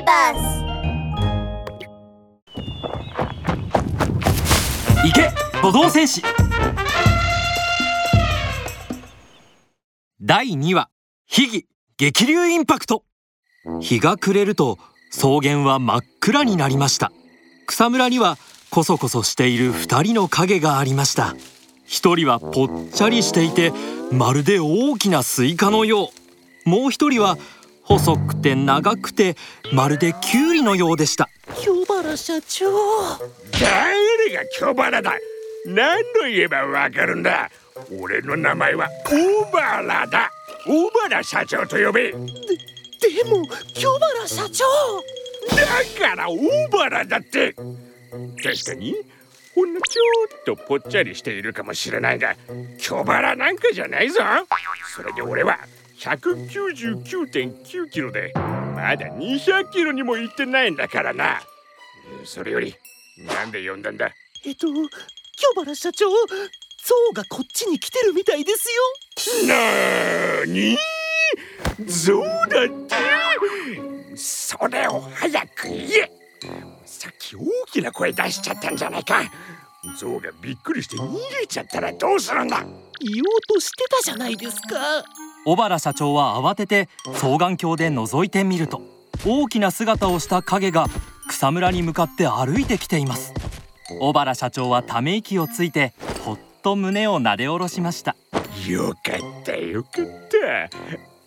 バス。 行け歩道戦士。第2話、秘技激流インパクト。日が暮れると草原は真っ暗になりました。草むらにはコソコソしている2人の影がありました。1人はぽっちゃりしていてまるで大きなスイカのよう、もう1人は細くて長くてまるでキュウリのようでした。 京原社長。 誰が京原だ。何度言えばわかるんだ。俺の名前は小原だ。小原社長と呼べ。 でも京原社長だから小原だって。確かにほんのちょっとぽっちゃりしているかもしれないが、京原なんかじゃないぞ。それで俺は199.9 キロでまだ200キロにも行ってないんだからな。それよりなんで呼んだんだ。 京原社長、象がこっちに来てるみたいですよ。 なーに？象だって？それを早く言え。さっき大きな声出しちゃったんじゃないか。象がびっくりして逃げちゃったらどうするんだ。 言おうとしてたじゃないですか。 小原社長は慌てて双眼鏡で覗いてみると、大きな姿をした影が草むらに向かって歩いてきています。小原社長はため息をついてほっと胸をなで下ろしました。 よかったよかった。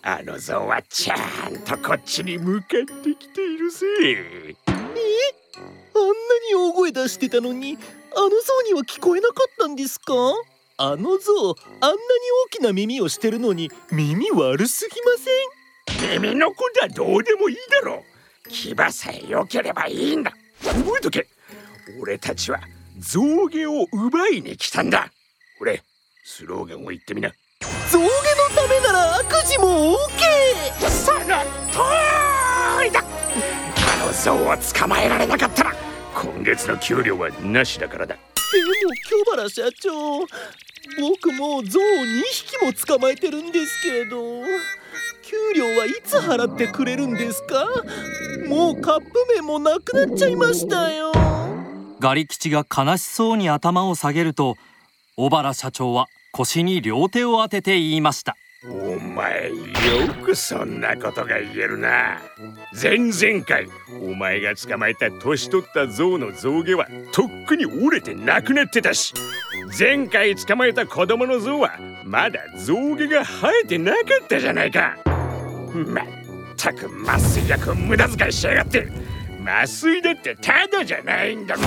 あの象はちゃんとこっちに向かってきているぜ。 あんなに大声出してたのに、あの象には聞こえなかったんですか？あの象、あんなに大きな耳をしてるのに耳悪すぎません？ 耳のことはどうでもいいだろう。牙さえ良ければいいんだ。覚えとけ。俺たちは象牙を奪いに来たんだ。俺、スローガンを言ってみな。 象牙のためなら悪事も OK。 その通りだ。あの象を捕まえられなかったら今月の給料はなしだからだ。 でも京原社長、僕も象を2匹も捕まえてるんですけど、給料はいつ払ってくれるんですか？もうカップ麺もなくなっちゃいましたよ。 ガリ吉が悲しそうに頭を下げると、小原社長は腰に両手を当てて言いました。 お前よくそんなことが言えるな。前々回お前が捕まえた年取った象の象牙はとっくに折れてなくなってたし、前回捕まえた子供の象はまだ象牙が生えてなかったじゃないか。まったく麻酔薬を無駄遣いしやがって。麻酔だってただじゃないんだ。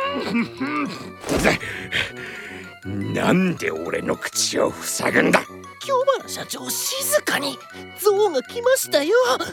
なんで俺の口を塞ぐんだ。 京原社長、静かに。象が来ましたよ。この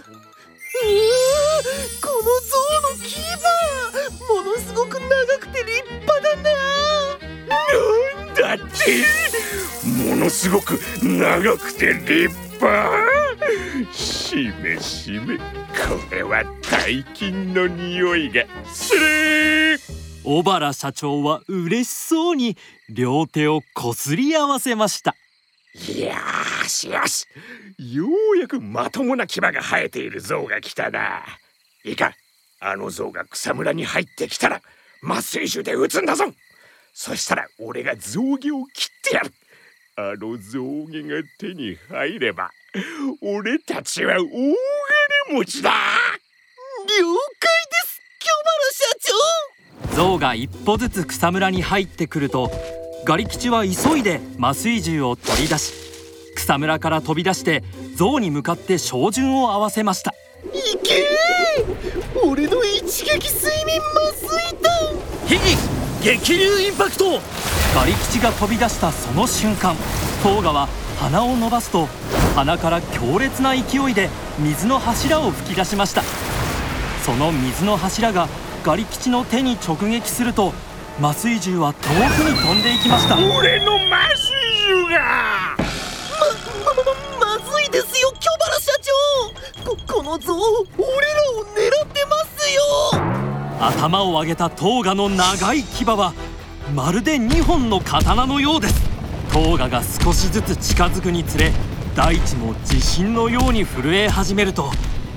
象の牙、ものすごく長くて立派だな。 なんだって、ものすごく長くて立派。しめしめ、これは大金の匂いがする。 小原社長は嬉しそうに両手をこすり合わせました。 よしよし、ようやくまともな牙が生えている象が来たな。いいか、あの象が草むらに入ってきたら麻酔銃で撃つんだぞ。そしたら俺が象牙を切ってやる。あの象牙が手に入れば俺たちは大金持ちだ。 了解です、京原社長。 象が一歩ずつ草むらに入ってくると、ガリ吉は急いで麻酔銃を取り出し、草むらから飛び出して象に向かって照準を合わせました。 いけー、俺の一撃睡眠麻酔弾。 秘技激流インパクト。ガリ吉が飛び出したその瞬間、トーガは鼻を伸ばすと鼻から強烈な勢いで水の柱を吹き出しました。その水の柱がガリ吉の手に直撃すると、麻酔銃は遠くに飛んでいきました。 俺の麻酔銃がまずいですよ、京原社長。この象、俺らを狙ってますよ。 頭を上げたトーガの長い牙はまるで2本の刀のようです。トーガが少しずつ近づくにつれ、大地も地震のように震え始めると、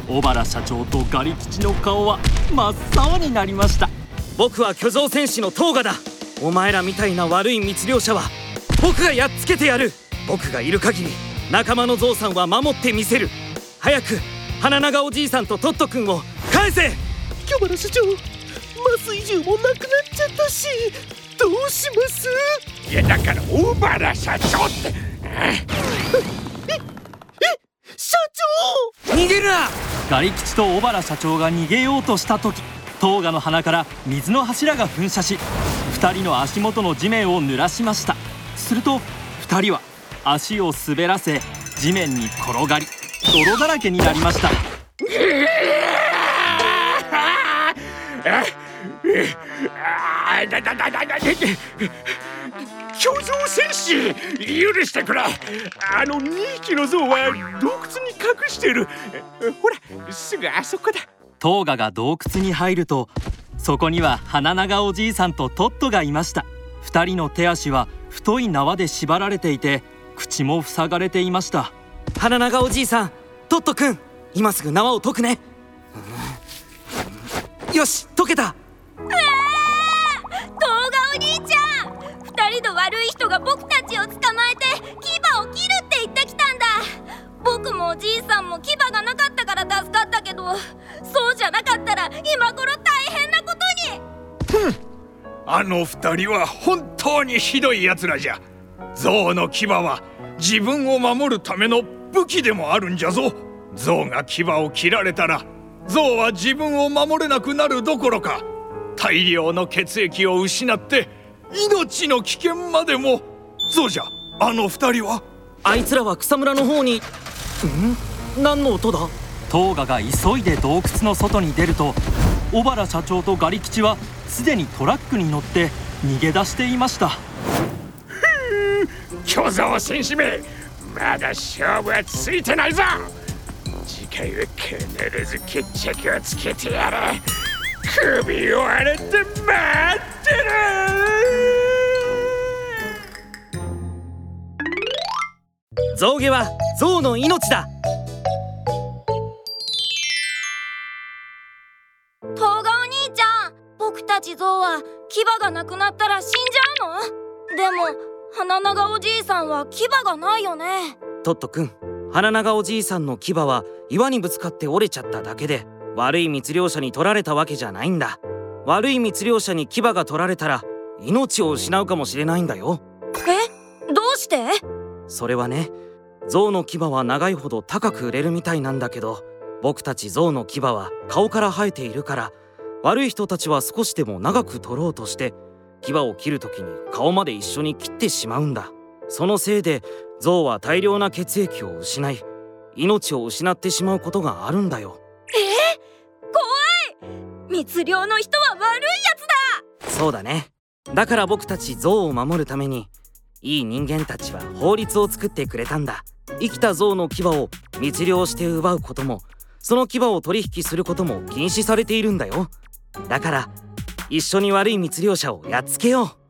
小原社長とガリ吉の顔は真っ青になりました。 僕は巨像戦士のトーガだ。お前らみたいな悪い密漁者は僕がやっつけてやる。僕がいる限り仲間のゾウさんは守ってみせる。早く花長おじいさんとトット君を返せ。 巨原社長、麻酔銃もなくなっちゃったし、どうします？ いやだから小原社長って。 社長！ 逃げるな！ ガリ吉と小原社長が逃げようとした時、トーガの鼻から水の柱が噴射し、2人の足元の地面を濡らしました。すると2人は足を滑らせ地面に転がり、泥だらけになりました。 巨像戦士、許してくれ。2匹の象は洞窟に隠している。ほら、すぐあそこだ。 トーガが洞窟に入ると、そこには花長おじいさんとトットがいました。2人の手足は太い縄で縛られていて、口も塞がれていました。 花長おじいさん、トット君、今すぐ縄を解くね。よし、解けた。 トーガお兄ちゃん、2人の悪い人が僕たちを捕まえて牙を切るって言ってきたんだ。僕もおじいさんも牙がなかったから助かったけど、そうじゃなかったら今頃大変なことに。 あの2人は本当にひどいやつらじゃ。象の牙は自分を守るための武器でもあるんじゃぞ。象が牙を切られたら、象は自分を守れなくなるどころか、大量の血液を失って命の危険までも。そうじゃ、あの2人は。 あいつらは草むらの方に。何の音だ？ トーガが急いで洞窟の外に出ると、小原社長とガリ吉はすでにトラックに乗って逃げ出していました。 巨像戦士め、まだ勝負はついてないぞ。次回は必ず決着をつけてやる。首を洗って待ってる。 象牙は象の命だ。 トーガお兄ちゃん、僕たち象は牙がなくなったら死んじゃうの？でも花長おじいさんは牙がないよね。 トット君、花長おじいさんの牙は岩にぶつかって折れちゃっただけで、悪い密猟者に取られたわけじゃないんだ。悪い密猟者に牙が取られたら命を失うかもしれないんだよ。 どうして？ それはね、象の牙は長いほど高く売れるみたいなんだけど、僕たち象の牙は顔から生えているから、悪い人たちは少しでも長く取ろうとして牙を切るときに顔まで一緒に切ってしまうんだ。そのせいで象は大量な血液を失い、命を失ってしまうことがあるんだよ。 怖い！密猟の人は悪いやつだ。 そうだね。だから僕たち象を守るために、いい人間たちは法律を作ってくれたんだ。生きた象の牙を密猟して奪うことも、その牙を取引することも禁止されているんだよ。だから一緒に悪い密猟者をやっつけよう。